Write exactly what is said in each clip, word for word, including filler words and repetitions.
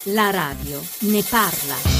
La radio ne parla.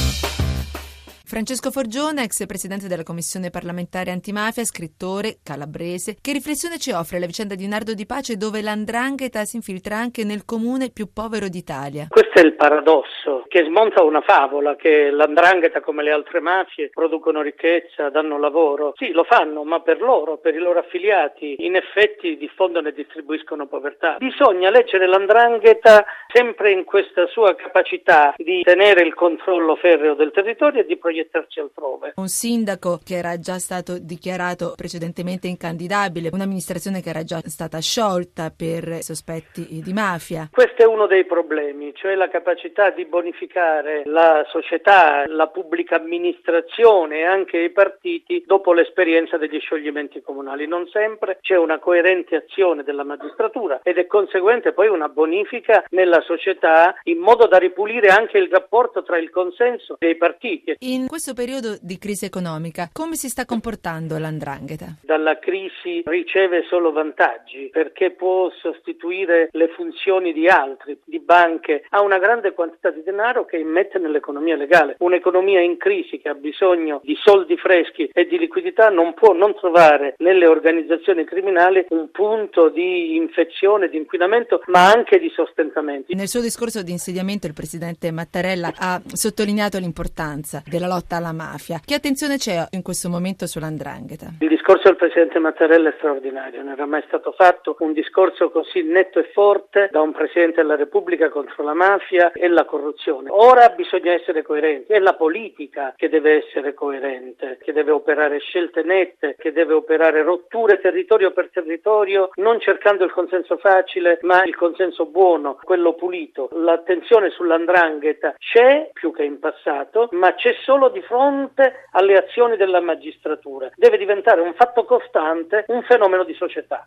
Francesco Forgione, ex presidente della Commissione parlamentare antimafia, scrittore calabrese. Che riflessione ci offre la vicenda di Nardo Di Pace, dove l'andrangheta si infiltra anche nel comune più povero d'Italia? Questo è il paradosso che smonta una favola, che l'andrangheta, come le altre mafie, producono ricchezza, danno lavoro. Sì, lo fanno, ma per loro, per i loro affiliati, in effetti diffondono e distribuiscono povertà. Bisogna leggere l'andrangheta sempre in questa sua capacità di tenere il controllo ferreo del territorio e di proiettarsi altrove. Un sindaco che era già stato dichiarato precedentemente incandidabile, un'amministrazione che era già stata sciolta per sospetti di mafia. Questo è uno dei problemi, cioè la capacità di bonificare la società, la pubblica amministrazione e anche i partiti dopo l'esperienza degli scioglimenti comunali. Non sempre c'è una coerente azione della magistratura ed è conseguente poi una bonifica nella società in modo da ripulire anche il rapporto tra il consenso dei partiti. In questo periodo di crisi economica, come si sta comportando l'andrangheta? Dalla crisi riceve solo vantaggi perché può sostituire le funzioni di altri, di banche, ha una grande quantità di denaro che immette nell'economia legale. Un'economia in crisi che ha bisogno di soldi freschi e di liquidità non può non trovare nelle organizzazioni criminali un punto di infezione, di inquinamento, ma anche di sostentamento. Nel suo discorso di insediamento il presidente Mattarella ha sottolineato l'importanza della lotta alla mafia. Che attenzione c'è in questo momento sull'andrangheta? Il discorso del presidente Mattarella è straordinario, non era mai stato fatto un discorso così netto e forte da un presidente della Repubblica contro la mafia e la corruzione. Ora bisogna essere coerenti, è la politica che deve essere coerente, che deve operare scelte nette, che deve operare rotture territorio per territorio, non cercando il consenso facile, ma il consenso buono, quello pulito. L'attenzione sull'andrangheta c'è più che in passato, ma c'è solo di fronte alle azioni della magistratura. Deve diventare un fatto costante, un fenomeno di società.